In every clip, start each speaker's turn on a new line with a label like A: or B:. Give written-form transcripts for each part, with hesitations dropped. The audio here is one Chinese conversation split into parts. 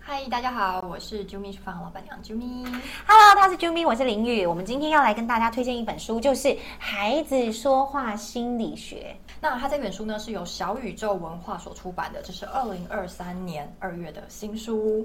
A: 嗨，大家好，我是啾咪书房老板娘啾咪。
B: Hello， 他是啾咪，我是林宇。我们今天要来跟大家推荐一本书，就是《孩子说话心理学》。
A: 那它这本书呢是由小宇宙文化所出版的，这是2023年2月的新书。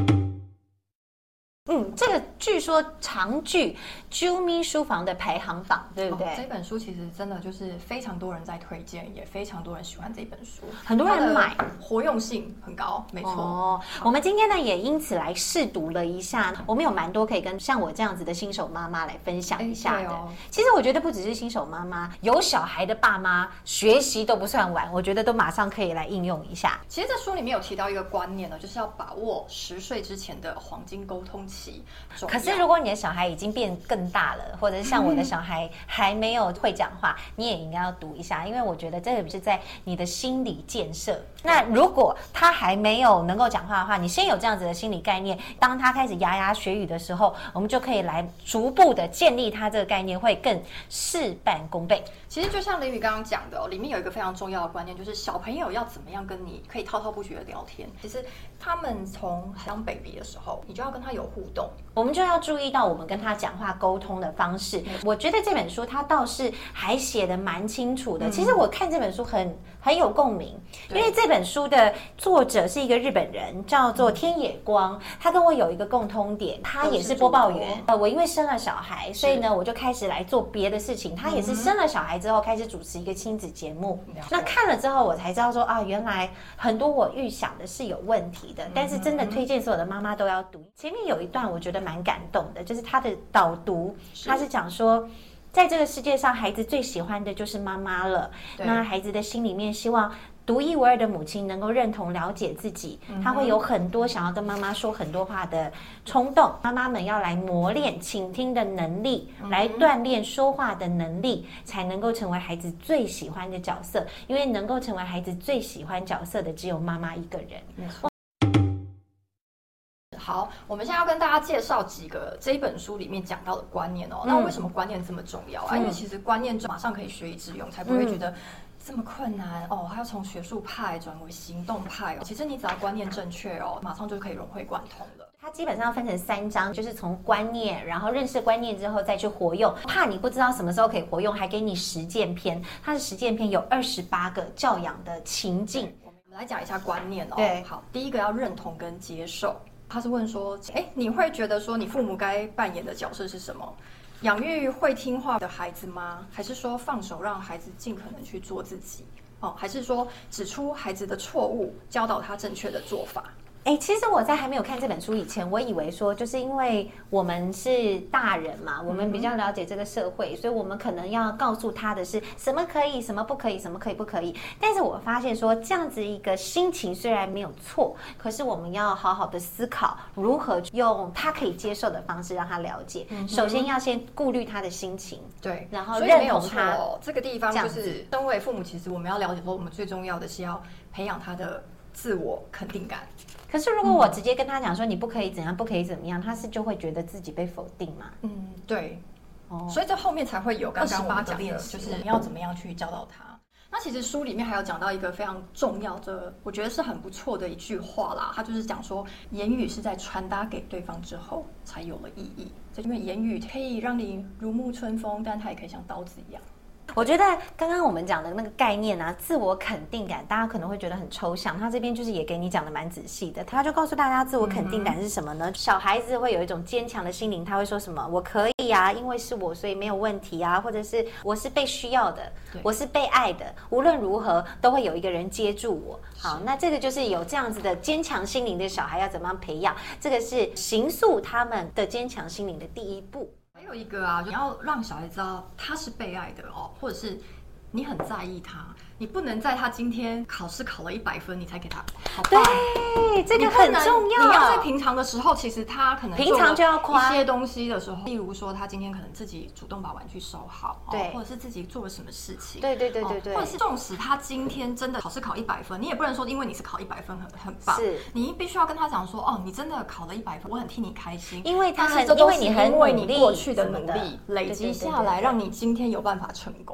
B: 这个据说常居啾咪书房的排行榜，对不对？
A: 这本书其实真的就是非常多人在推荐，也非常多人喜欢这本书，
B: 很多人买，
A: 活用性很高，没错。
B: 我们今天呢也因此来试读了一下，我们有蛮多可以跟像我这样子的新手妈妈来分享一下的。其实我觉得不只是新手妈妈，有小孩的爸妈学习都不算晚，我觉得都马上可以来应用一下。
A: 其实这书里面有提到一个观念呢，就是要把握10岁之前的黄金沟通期。
B: 可是如果你的小孩已经变更大了，或者是像我的小孩还没有会讲话，你也应该要读一下，因为我觉得这个是在你的心理建设。那如果他还没有能够讲话的话，你先有这样子的心理概念，当他开始牙牙学语的时候，我们就可以来逐步的建立他这个概念，会更事半功倍。
A: 其实就像林宇刚刚讲的里面有一个非常重要的观念，就是小朋友要怎么样跟你可以滔滔不绝的聊天。其实他们从当 baby 的时候，你就要跟他有互动，
B: 我们就要注意到我们跟他讲话沟通的方式。我觉得这本书它倒是还写得蛮清楚的。其实我看这本书很有共鸣，因为这本书的作者是一个日本人，叫做天野光。他跟我有一个共通点，他也是播报员。我因为生了小孩，所以呢我就开始来做别的事情。他也是生了小孩之后开始主持一个亲子节目。那看了之后我才知道说原来很多我预想的是有问题的，但是真的推荐所有的妈妈都要读。前面有一段我觉得蛮感动的，就是他的导读，他是讲说在这个世界上孩子最喜欢的就是妈妈了。那孩子的心里面希望独一无二的母亲能够认同了解自己，他会有很多想要跟妈妈说很多话的冲动。妈妈们要来磨练倾听的能力，来锻炼说话的能力，才能够成为孩子最喜欢的角色。因为能够成为孩子最喜欢角色的只有妈妈一个人。
A: 好，我们现在要跟大家介绍几个这一本书里面讲到的观念那为什么观念这么重要因为其实观念马上可以学以致用，才不会觉得这么困难还要从学术派转为行动派其实你只要观念正确马上就可以融会贯通了。
B: 它基本上分成3章，就是从观念，然后认识观念之后再去活用。怕你不知道什么时候可以活用，还给你实践篇。它的实践篇有28个教养的情境。
A: 我们来讲一下观念
B: 对，
A: 好，第一个要认同跟接受。他是问说你会觉得说你父母该扮演的角色是什么？养育会听话的孩子吗？还是说放手让孩子尽可能去做自己还是说指出孩子的错误，教导他正确的做法？
B: 其实我在还没有看这本书以前，我以为说就是因为我们是大人嘛，我们比较了解这个社会，所以我们可能要告诉他的是什么可以，什么不可以，什么可以不可以。但是我发现说这样子一个心情虽然没有错，可是我们要好好的思考如何用他可以接受的方式让他了解。首先要先顾虑他的心情，
A: 对，
B: 然后认同他。
A: 这个地方就是身为父母，其实我们要了解说，我们最重要的是要培养他的自我肯定感。
B: 可是如果我直接跟他讲说你不可以怎样，不可以怎么样，他是就会觉得自己被否定嘛？
A: 对。所以这后面才会有刚刚我们讲的，就是你要怎么样去教导他。那其实书里面还有讲到一个非常重要的，我觉得是很不错的一句话啦，他就是讲说言语是在传达给对方之后才有了意义。因为言语可以让你如沐春风，但它也可以像刀子一样。
B: 我觉得刚刚我们讲的那个概念自我肯定感，大家可能会觉得很抽象。他这边就是也给你讲的蛮仔细的，他就告诉大家自我肯定感是什么呢？小孩子会有一种坚强的心灵，他会说什么？我可以啊，因为是我，所以没有问题啊，或者是我是被需要的，我是被爱的，无论如何都会有一个人接住我。好，那这个就是有这样子的坚强心灵的小孩要怎么样培养？这个是形塑他们的坚强心灵的第一步。
A: 还有一个你要让小孩知道他是被爱的或者是你很在意他，你不能在他今天考试考了100分，你才给他好棒。
B: 对，这个很重要。
A: 你要在平常的时候，其实他可能
B: 平常就要夸
A: 一些东西的时候，例如说他今天可能自己主动把玩具收好，
B: 对，
A: 或者是自己做了什么事情，
B: 对，
A: 或者是纵使他今天真的考试考100分，你也不能说因为你是考100分很棒，
B: 是
A: 你必须要跟他讲说你真的考了100分，我很替你开心，
B: 因为
A: 因为你过去的努力累积下来，让你今天有办法成功。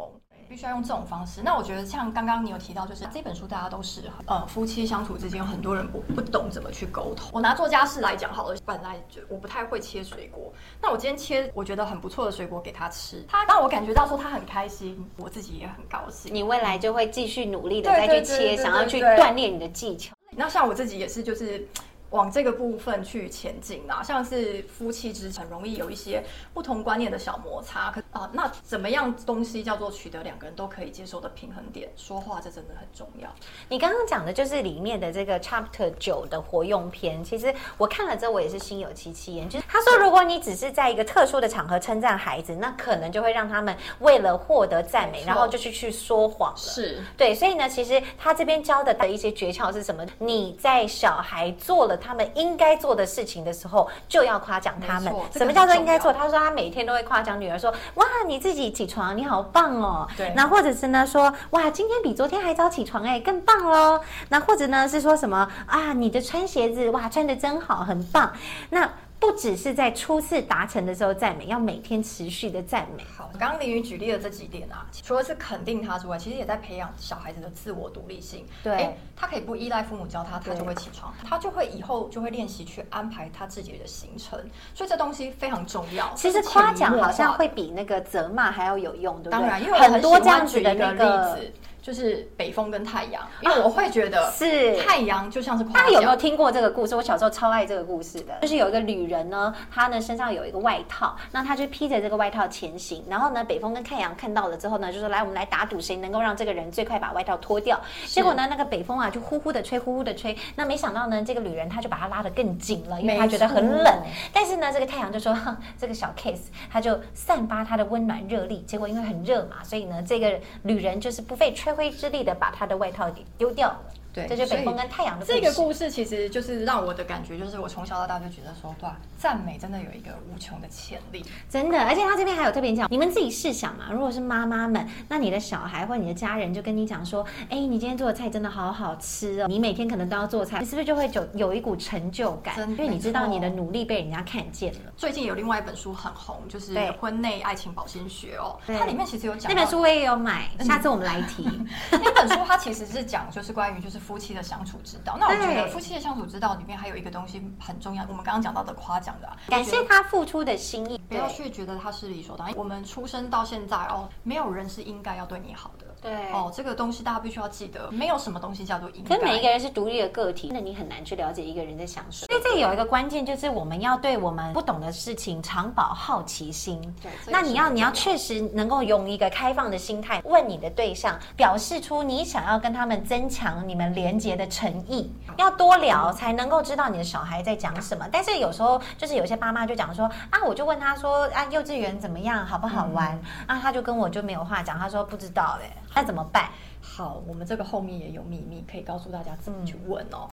A: 必须要用这种方式。那我觉得像刚刚你有提到，就是这本书大家都适合，夫妻相处之间有很多人不懂怎么去沟通。我拿做家事来讲好了，本来就我不太会切水果，那我今天切我觉得很不错的水果给他吃，他让我感觉到说他很开心，我自己也很高兴。
B: 你未来就会继续努力的再去切，想要去锻炼你的技巧。
A: 那像我自己也是，就是往这个部分去前进啦，像是夫妻之间很容易有一些不同观念的小摩擦，那怎么样东西叫做取得两个人都可以接受的平衡点？说话这真的很重要。
B: 你刚刚讲的就是里面的这个 Chapter 9的活用篇，其实我看了之后我也是心有戚戚焉。就是他说，如果你只是在一个特殊的场合称赞孩子，那可能就会让他们为了获得赞美，然后就去说谎了。
A: 是
B: 对，所以呢，其实他这边教的一些诀窍是什么？你在小孩做了他们应该做的事情的时候，就要夸奖他们。什么叫做应该做？他说他每天都会夸奖女儿说：“哇，你自己起床，你好棒哦。”对。那或者是呢说：“哇，今天比昨天还早起床，更棒喽。”那或者呢是说什么啊？你的穿鞋子，哇，穿得真好，很棒。那不只是在初次达成的时候赞美，要每天持续的赞美。
A: 好，刚刚林瑜举例的这几点啊，除了是肯定他之外，其实也在培养小孩子的自我独立性。
B: 对，
A: 他可以不依赖父母教他，他就会起床，他就会以后就会练习去安排他自己的行程，所以这东西非常重要。
B: 其实夸奖好像会比那个责骂还要有用，对不对？
A: 当然，因为
B: 很多这样子的那
A: 个例子。就是北风跟太阳，因为我会觉得
B: 是
A: 太阳就像是夸奖。
B: 大家有没有听过这个故事？我小时候超爱这个故事的，就是有一个旅人呢，他呢身上有一个外套，那他就披着这个外套前行，然后呢北风跟太阳看到了之后呢，就说来我们来打赌，谁能够让这个人最快把外套脱掉。结果呢那个北风啊就呼呼的吹，呼呼的吹，那没想到呢这个旅人他就把他拉得更紧了，因为他觉得很冷。但是呢这个太阳就说这个小 case， 他就散发他的温暖热力，结果因为很热嘛，所以呢这个旅人就是不费吹灰之力的把他的外套给丢掉了。对，这就是北风跟太阳的故事。
A: 这个故事其实就是让我的感觉，就是我从小到大就觉得说，对，赞美真的有一个无穷的潜力，
B: 真的。而且他这边还有特别讲，你们自己试想嘛，如果是妈妈们，那你的小孩或你的家人就跟你讲说，哎，你今天做的菜真的好好吃哦，你每天可能都要做菜，你是不是就会有一股成就感？因为你知道你的努力被人家看见了。
A: 最近有另外一本书很红，就是《婚内爱情保鲜学》哦，它里面其实有讲
B: 那本书我也有买，下次我们来提。
A: 那本书它其实是讲就是关于就是夫妻的相处之道。那我觉得夫妻的相处之道里面还有一个东西很重要，我们刚刚讲到的夸奖的，
B: 感谢他付出的心意，
A: 不要去觉得他是理所当然。我们出生到现在哦，没有人是应该要对你好的。
B: 对
A: 哦，这个东西大家必须要记得，没有什么东西叫做应该。
B: 可是每一个人是独立的个体，那你很难去了解一个人在想什么。所以这里有一个关键，就是我们要对我们不懂的事情常保好奇心。对，那你要确实能够用一个开放的心态问你的对象，表示出你想要跟他们增强你们连结的诚意。要多聊才能够知道你的小孩在讲什么。但是有时候就是有些妈妈就讲说啊，我就问他说啊，幼稚园怎么样，好不好玩？啊，他就跟我就没有话讲，他说不知道嘞，那怎么办？
A: 好，我们这个后面也有秘密可以告诉大家怎么去问哦。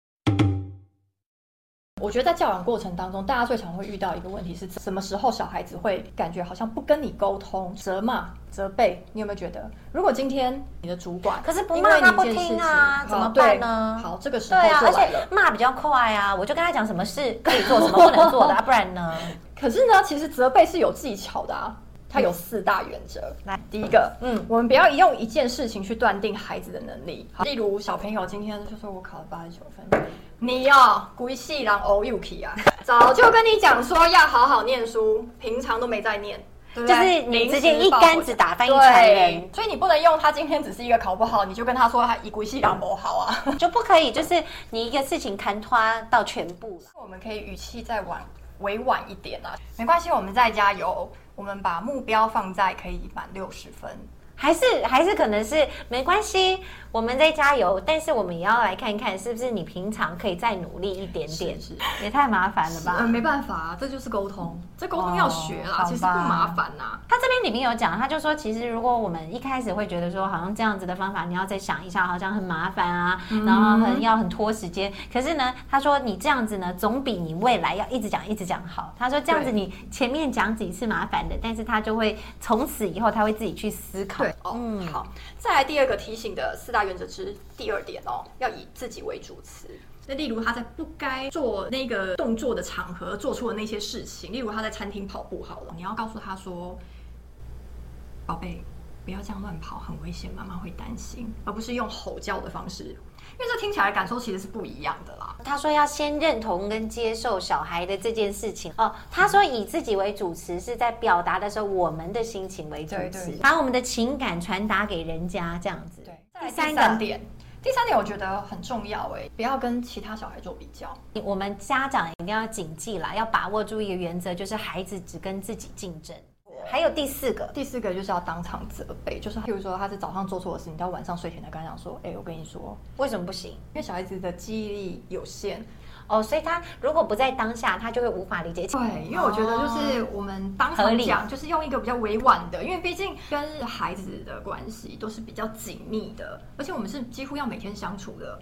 A: 我觉得在教养过程当中，大家最常会遇到一个问题是，什么时候小孩子会感觉好像不跟你沟通，责骂、责备？你有没有觉得，如果今天你的主管
B: 可是不骂他不听啊，怎么办呢？
A: 好，这个时候就来了。
B: 而且骂比较快啊，我就跟他讲什么事可以做，什么不能做的不然呢？
A: 可是呢，其实责备是有技巧的啊。它有4大原则。来，第一个，我们不要用一件事情去断定孩子的能力。例如，小朋友今天就说我考了89分，你规世人黑有去啊！早就跟你讲说要好好念书，平常都没在念，对不对？
B: 就是你直接一竿子打翻一船人。
A: 所以你不能用他今天只是一个考不好，你就跟他说他规世人不好啊，
B: 就不可以。就是你一个事情看拖到全部了。
A: 我们可以语气再委婉一点啊，没关系，我们再加油。我们把目标放在可以满60分，
B: 还是可能是没关系，我们再加油。但是我们也要来看看，是不是你平常可以再努力一点点？也太麻烦了吧？
A: 没办法啊，这就是沟通，这沟通要学啦，其实不麻烦呐。
B: 他这边里面有讲，他就说，其实如果我们一开始会觉得说，好像这样子的方法，你要再想一下，好像很麻烦啊，然后要很拖时间。可是呢，他说你这样子呢，总比你未来要一直讲好。他说这样子你前面讲几次麻烦的，但是他就会从此以后他会自己去思考。
A: 好，再来第2个提醒的4大原则之第2点哦，要以自己为主词。那例如他在不该做那个动作的场合做出的那些事情，例如他在餐厅跑步好了，你要告诉他说：“宝贝， 不要这样乱跑，很危险，妈妈会担心，而不是用吼叫的方式，因为这听起来感受其实是不一样的啦。
B: 他说要先认同跟接受小孩的这件事情哦。他说以自己为主词，是在表达的时候我们的心情为主词，把我们的情感传达给人家这样子。
A: 对，第三点，我觉得很重要不要跟其他小孩做比较。
B: 我们家长一定要谨记啦，要把握住一个原则，就是孩子只跟自己竞争。还有第四个
A: 就是要当场责备，就是譬如说他是早上做错的事，你到晚上睡前才跟他讲说，我跟你说
B: 为什么不行？
A: 因为小孩子的记忆力有限
B: 哦，所以他如果不在当下，他就会无法理解。
A: 对，因为我觉得就是我们当场讲，就是用一个比较委婉的，因为毕竟跟孩子的关系都是比较紧密的，而且我们是几乎要每天相处的。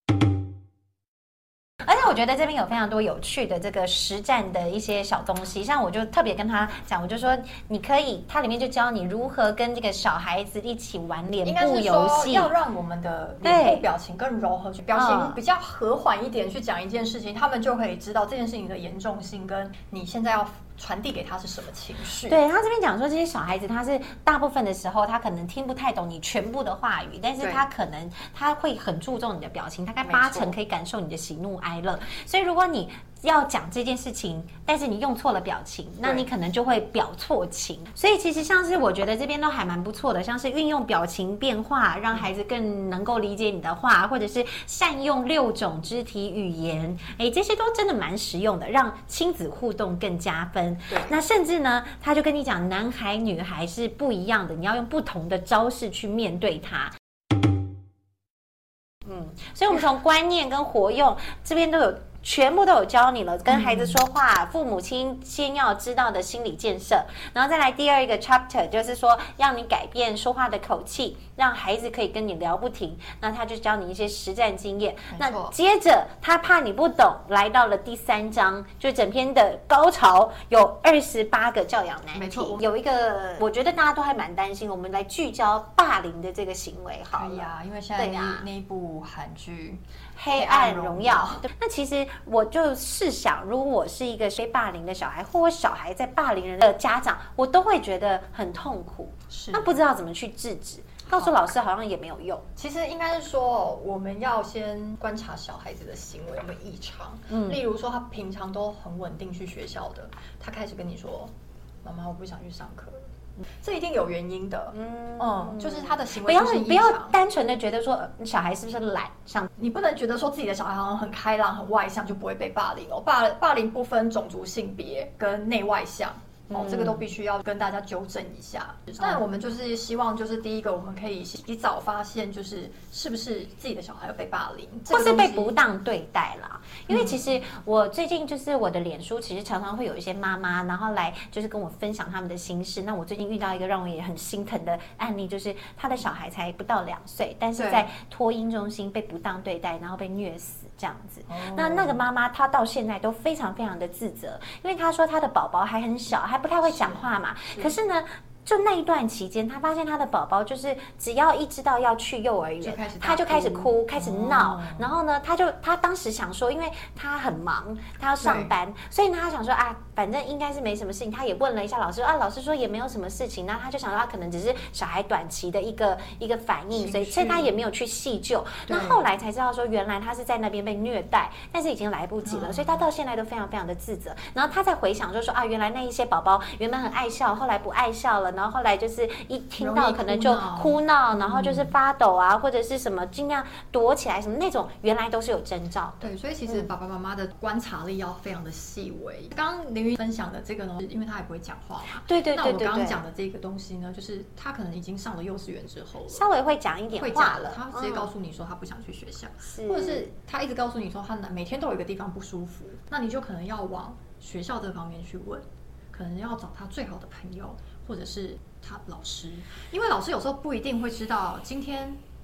B: 而且我觉得这边有非常多有趣的这个实战的一些小东西，像我就特别跟他讲，我就说你可以，它里面就教你如何跟这个小孩子一起玩脸部游戏，
A: 要让我们的脸部表情更柔和，表情比较和缓一点去讲一件事情，他们就可以知道这件事情的严重性跟你现在要传递给他是什么情绪。
B: 对，他这边讲说，这些小孩子他是大部分的时候他可能听不太懂你全部的话语，但是他会很注重你的表情，大概80%可以感受你的喜怒哀乐。所以如果你要讲这件事情，但是你用错了表情，那你可能就会表错情。所以其实像是我觉得这边都还蛮不错的，像是运用表情变化，让孩子更能够理解你的话，或者是善用6种肢体语言，这些都真的蛮实用的，让亲子互动更加分。
A: 对，
B: 那甚至呢，他就跟你讲，男孩女孩是不一样的，你要用不同的招式去面对他。所以我们从观念跟活用这边全部都有教你了，跟孩子说话，父母亲先要知道的心理建设，然后再来第二个 chapter 就是说让你改变说话的口气，让孩子可以跟你聊不停，那他就教你一些实战经验。那接着他怕你不懂，来到了第3章，就整篇的高潮有28个教养难题。
A: 没错，
B: 有一个我觉得大家都还蛮担心，我们来聚焦霸凌的这个行为好了。
A: 可以啊，因为现在那一部韩剧
B: 黑暗荣耀。那其实我就试想，如果我是一个被霸凌的小孩，或我小孩在霸凌人的家长，我都会觉得很痛苦，那不知道怎么去制止，告诉老师好像也没有用。
A: 其实应该是说，我们要先观察小孩子的行为有没有异常。例如说他平常都很稳定去学校的，他开始跟你说，妈妈我不想去上课，这一定有原因的。就是他的行为就是异常。不要
B: 单纯的觉得说小孩是不是懒上，
A: 你不能觉得说自己的小孩好像很开朗很外向就不会被霸凌哦。霸凌不分种族性别跟内外向。这个都必须要跟大家纠正一下。但我们就是希望，就是第一个，我们可以及早发现，就是是不是自己的小孩有被霸凌，
B: 或是被不当对待啦。因为其实我最近就是我的脸书，其实常常会有一些妈妈，然后来就是跟我分享他们的心事。那我最近遇到一个让我也很心疼的案例，就是他的小孩才不到2岁，但是在托婴中心被不当对待，然后被虐死这样子。那个妈妈她到现在都非常非常的自责，因为她说她的宝宝还很小，还不太会讲话嘛。可是呢，就那一段期间，他发现他的宝宝就是只要一知道要去幼儿园，他就开始哭，开始闹。然后呢，他当时想说，因为他很忙，他要上班，所以呢，他想说啊，反正应该是没什么事情。他也问了一下老师啊，老师说也没有什么事情。那他就想说，他可能只是小孩短期的一个反应，所以他也没有去细究。那后来才知道说，原来他是在那边被虐待，但是已经来不及了，所以他到现在都非常非常的自责。然后他在回想，就说啊，原来那一些宝宝原本很爱笑，后来不爱笑了。然后后来就是一听到可能就哭闹，然后就是发抖啊，或者是什么尽量躲起来什么那种，原来都是有征兆。
A: 对，所以其实爸爸妈妈的观察力要非常的细微。刚刚林瑜分享的这个呢，因为他也不会讲话嘛，
B: 对。
A: 那我刚刚讲的这个东西呢，就是他可能已经上了幼稚园之后了，
B: 稍微会讲一点话了，
A: 他直接告诉你说他不想去学校，或者是他一直告诉你说他每天都有一个地方不舒服，那你就可能要往学校这方面去问，可能要找他最好的朋友。或者是他老师，因为老师有时候不一定会知道今天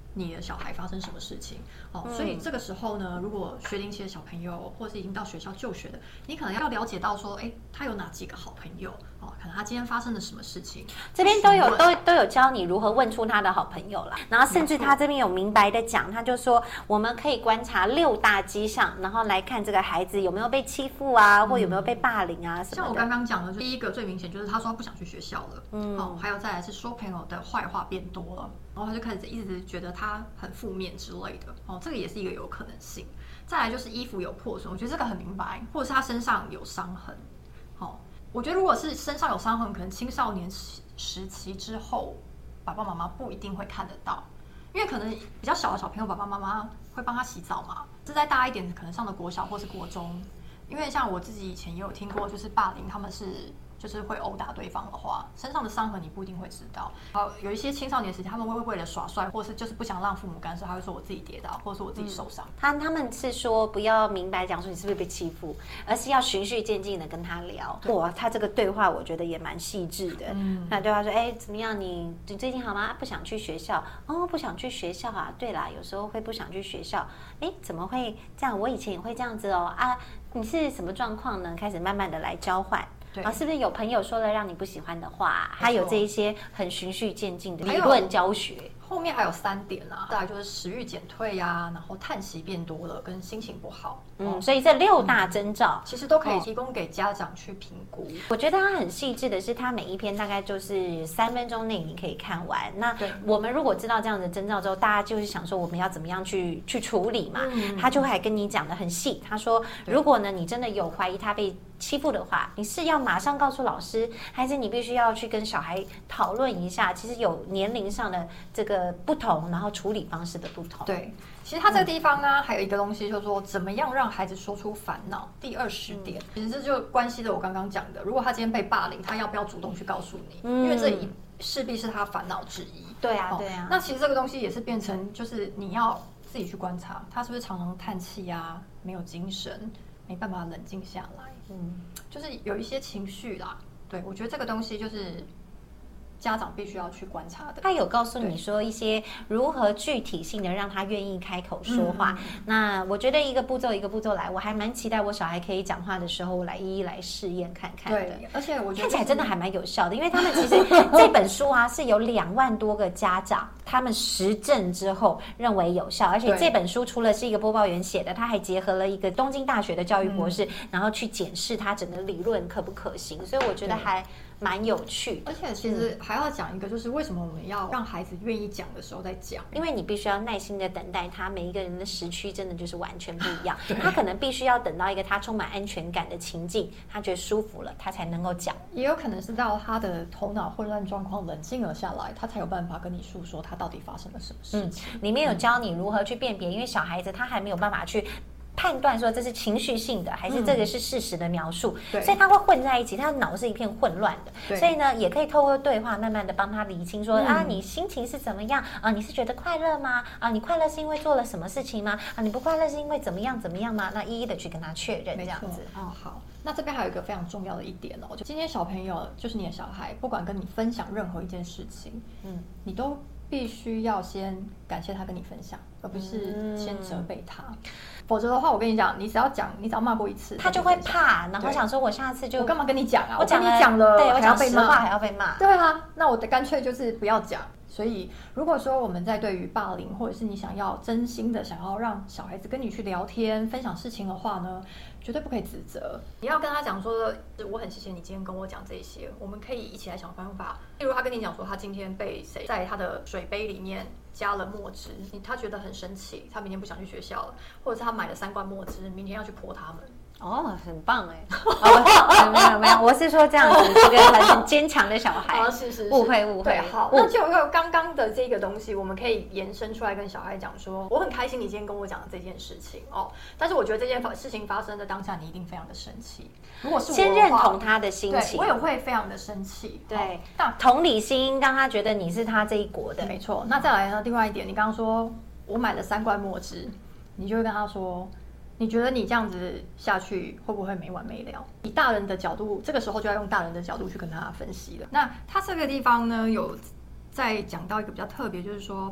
A: 你的小孩发生什么事情所以这个时候呢，如果学龄期的小朋友或是已经到学校就学的，你可能要了解到说，他有哪几个好朋友可能他今天发生了什么事情，
B: 这边都有教你如何问出他的好朋友啦。然后甚至他这边有明白的讲，他就说我们可以观察6大迹象，然后来看这个孩子有没有被欺负啊，或有没有被霸凌啊什么的。
A: 像我刚刚讲的，第一个最明显就是他说他不想去学校了，还有再来是说朋友的坏话变多了，然后他就开始一直觉得他很负面之类的这个也是一个有可能性。再来就是衣服有破损，我觉得这个很明白，或者是他身上有伤痕。我觉得如果是身上有伤痕，可能青少年时期之后，爸爸妈妈不一定会看得到，因为可能比较小的小朋友，爸爸妈妈会帮他洗澡嘛。这再大一点，可能上的国小或是国中，因为像我自己以前也有听过，就是霸凌他们就是会殴打对方的话，身上的伤痕你不一定会知道。有一些青少年时期，他们会为了耍帅，或是就是不想让父母干涉，他会说我自己跌倒，或者说我自己受伤。
B: 他们是说不要明白讲说你是不是被欺负，而是要循序渐进的跟他聊。哇，他这个对话我觉得也蛮细致的。那对他说，怎么样？你最近好吗？不想去学校哦，不想去学校啊。对啦，有时候会不想去学校。怎么会这样？我以前也会这样子哦。你是什么状况呢？开始慢慢的来交换。是不是有朋友说了让你不喜欢的话？他有这一些很循序渐进的理论教学。
A: 后面还有3点再来就是食欲减退然后叹息变多了，跟心情不好。
B: 所以这6大征兆
A: 其实都可以提供给家长去评估。
B: 我觉得他很细致的是，他每一篇大概就是3分钟内你可以看完。那我们如果知道这样的征兆之后，大家就是想说我们要怎么样去处理嘛？他就还跟你讲得很细。他说，如果呢你真的有怀疑他被欺负的话，你是要马上告诉老师，还是你必须要去跟小孩讨论一下？其实有年龄上的这个不同，然后处理方式的不同。
A: 对，其实他这个地方呢，还有一个东西，就是说怎么样让孩子说出烦恼。第20点，其实这就关系着我刚刚讲的，如果他今天被霸凌，他要不要主动去告诉你？因为这势必是他烦恼之一。
B: 对啊，对啊。
A: 那其实这个东西也是变成，就是你要自己去观察，他是不是常常叹气啊，没有精神，没办法冷静下来。就是有一些情绪啦。对，我觉得这个东西就是家长必须要去观察的。
B: 他有告诉你说一些如何具体性的让他愿意开口说话。那我觉得一个步骤一个步骤来，我还蛮期待我小孩可以讲话的时候，我来一一来试验看看的。
A: 对，而且我觉得
B: 看起来真的还蛮有效的，因为他们其实这本书是有2万多个家长他们实证之后认为有效，而且这本书除了是一个播报员写的，他还结合了一个东京大学的教育博士，然后去检视他整个理论可不可行，所以我觉得还蛮有趣。
A: 而且其实还要讲一个，就是为什么我们要让孩子愿意讲的时候再讲，
B: 因为你必须要耐心的等待他，每一个人的时区真的就是完全不一样他可能必须要等到一个他充满安全感的情境，他觉得舒服了，他才能够讲。
A: 也有可能是到他的头脑混乱状况冷静了下来，他才有办法跟你诉说他到底发生了什么事情。
B: 里面有教你如何去辨别，因为小孩子他还没有办法去判断说这是情绪性的还是这个是事实的描述，所以他会混在一起，他的脑是一片混乱的。所以呢，也可以透过对话慢慢的帮他理清说你心情是怎么样你是觉得快乐吗你快乐是因为做了什么事情吗你不快乐是因为怎么样怎么样吗？那一一的去跟他确认这样子。
A: 好，那这边还有一个非常重要的一点就今天小朋友就是你的小孩，不管跟你分享任何一件事情你都必须要先感谢他跟你分享，而不是先责备他。否则的话，我跟你讲，你只要骂过一次，
B: 他就会怕，然后想说我下次就
A: 我干嘛跟你讲啊？
B: 我
A: 跟你讲了，
B: 对，我
A: 讲实话
B: 还要被骂。
A: 对啊，那我干脆就是不要讲。所以如果说我们在对于霸凌，或者是你想要真心的想要让小孩子跟你去聊天分享事情的话呢，绝对不可以指责。你要跟他讲说，我很谢谢你今天跟我讲这些，我们可以一起来想办法。例如他跟你讲说，他今天被谁在他的水杯里面加了墨汁，他觉得很生气，他明天不想去学校了，或者是他买了3罐墨汁，明天要去泼他们。
B: 很棒没有，我是说这样子，这个很坚强的小孩。
A: 是
B: 误会。
A: 对，好，那就有刚刚的这个东西，我们可以延伸出来跟小孩讲说，我很开心你今天跟我讲的这件事情但是我觉得这件事情发生的当下，你一定非常的生气。如果是我的话，
B: 先认同他的心情，
A: 我也会非常的生气。
B: 对，同理心让他觉得你是他这一国的，
A: 没错。那再来呢？另外一点，你刚刚说我买了3罐墨汁，你就会跟他说，你觉得你这样子下去会不会没完没了？以大人的角度，这个时候就要用大人的角度去跟他分析了。那他这个地方呢，有在讲到一个比较特别，就是说，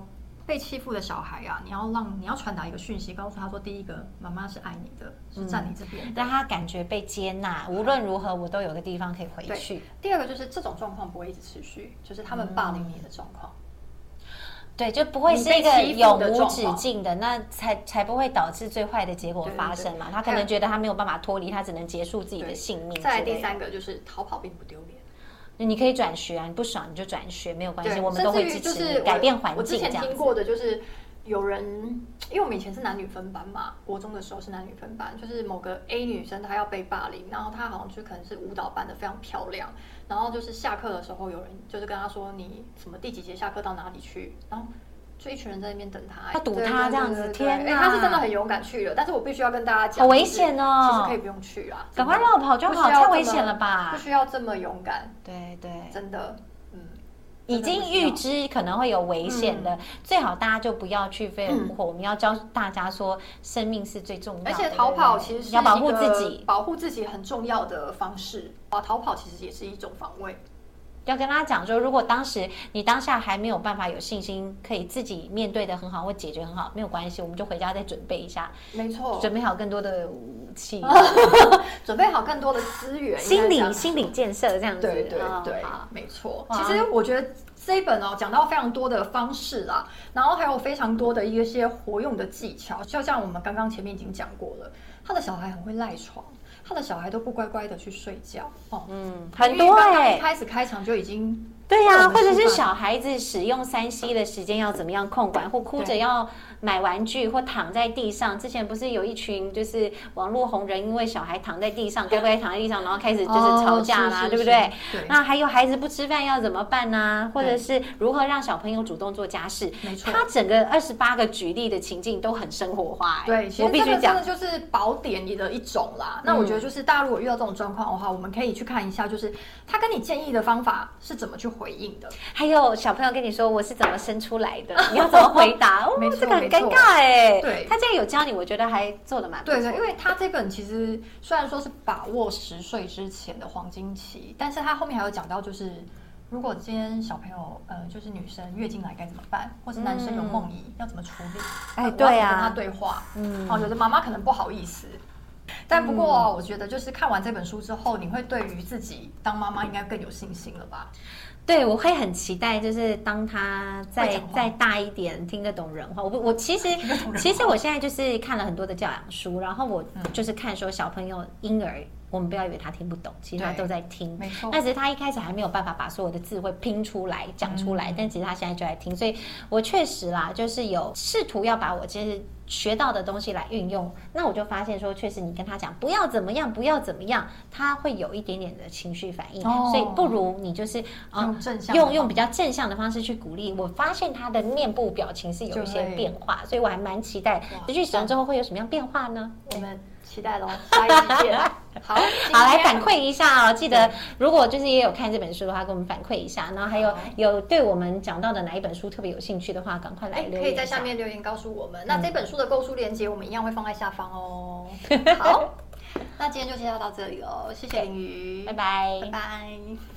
A: 被欺负的小孩啊，你要传达一个讯息，告诉他说，第一个，妈妈是爱你的，是站你这边，
B: 让他感觉被接纳，无论如何我都有个地方可以回去。
A: 第二个就是这种状况不会一直持续，就是他们霸凌你的状况。
B: 对，就不会是一个永无止境的，那才不会导致最坏的结果发生嘛。他可能觉得他没有办法脱离，他只能结束自己的性命。
A: 再来第三个就是逃跑并不丢脸。
B: 你可以转学啊，你不爽你就转学，没有关系，我们都会支持你改变环境。
A: 我之前听过的就是有人，因为我们以前是男女分班嘛，国中的时候是男女分班，就是某个 A 女生她要被霸凌，然后她好像就可能是舞蹈班的，非常漂亮，然后就是下课的时候有人就是跟她说你什么第几节下课到哪里去，然后就一群人在那边等他，
B: 他堵他这样子，天哪！
A: 他是真的很勇敢去了，但是我必须要跟大家讲，
B: 好危险哦，
A: 其实可以不用去啦，
B: 赶快绕跑就好，太危险了吧？
A: 不需要这么勇敢，
B: 对，
A: 真的，
B: 已经预知可能会有危险的，最好大家就不要去飞蛾扑火。我们要教大家说，生命是最重要的，
A: 而且逃跑其实是
B: 要保护自己，
A: 保护自己很重要的方式。逃跑其实也是一种防卫。
B: 要跟他讲说，如果你当下还没有办法有信心，可以自己面对的很好或解决很好，没有关系，我们就回家再准备一下。
A: 没错，
B: 准备好更多的武器，
A: 准备好更多的资源，
B: 心理建设这样子。
A: 对，没错。其实我觉得这一本讲到非常多的方式啦，然后还有非常多的一些活用的技巧，就像我们刚刚前面已经讲过了，他的小孩很会赖床。他的小孩都不乖乖的去睡觉
B: 很多
A: 一开始开场就已经
B: 对呀，或者是小孩子使用3C 的时间要怎么样控管，或哭着要买玩具，或躺在地上。之前不是有一群就是网络红人，因为小孩躺在地上，该不该躺在地上，然后开始就是吵架啦，对不对？那还有孩子不吃饭要怎么办呢？或者是如何让小朋友主动做家事？
A: 没错，
B: 他整个28个举例的情境都很生活化。
A: 对，其实这个真的就是宝典里的一种啦。那我觉得就是大家如果遇到这种状况的话，我们可以去看一下，就是他跟你建议的方法是怎么去回应的。
B: 还有小朋友跟你说我是怎么生出来的，你要怎么回答？这个很尴尬哎。
A: 对，
B: 他这样有教你，我觉得还做得蛮不错。
A: 对，因为他这本其实虽然说是把握10岁之前的黄金期，但是他后面还有讲到，就是如果今天小朋友就是女生月经来该怎么办，或是男生有梦遗要怎么处理？
B: 对啊，
A: 跟他对话。有的妈妈可能不好意思。但不过我觉得就是看完这本书之后，你会对于自己当妈妈应该更有信心了吧？
B: 对，我会很期待，就是当他再大一点，听得懂人话。我其实我现在就是看了很多的教养书，然后我就是看说小朋友婴儿，我们不要以为他听不懂，其实他都在听。
A: 没错。
B: 但是他一开始还没有办法把所有的字汇拼出来、讲出来，但其实他现在就在听，所以我确实啦，就是有试图要把我其实学到的东西来运用。那我就发现说，确实你跟他讲不要怎么样，不要怎么样，他会有一点点的情绪反应。所以不如你就是用比较正向的方式去鼓励。我发现他的面部表情是有一些变化，所以我还蛮期待持续使用之后会有什么样变化呢？
A: 我们期待咯，下一集见。好，
B: 来反馈一下记得如果就是也有看这本书的话，跟我们反馈一下。然后还有对我们讲到的哪一本书特别有兴趣的话，赶快来留言，
A: 可以在下面留言告诉我们。那这本书的购书链接我们一样会放在下方哦。好，那今天就介绍到这里了，谢谢林瑜，
B: 拜拜，
A: 拜拜。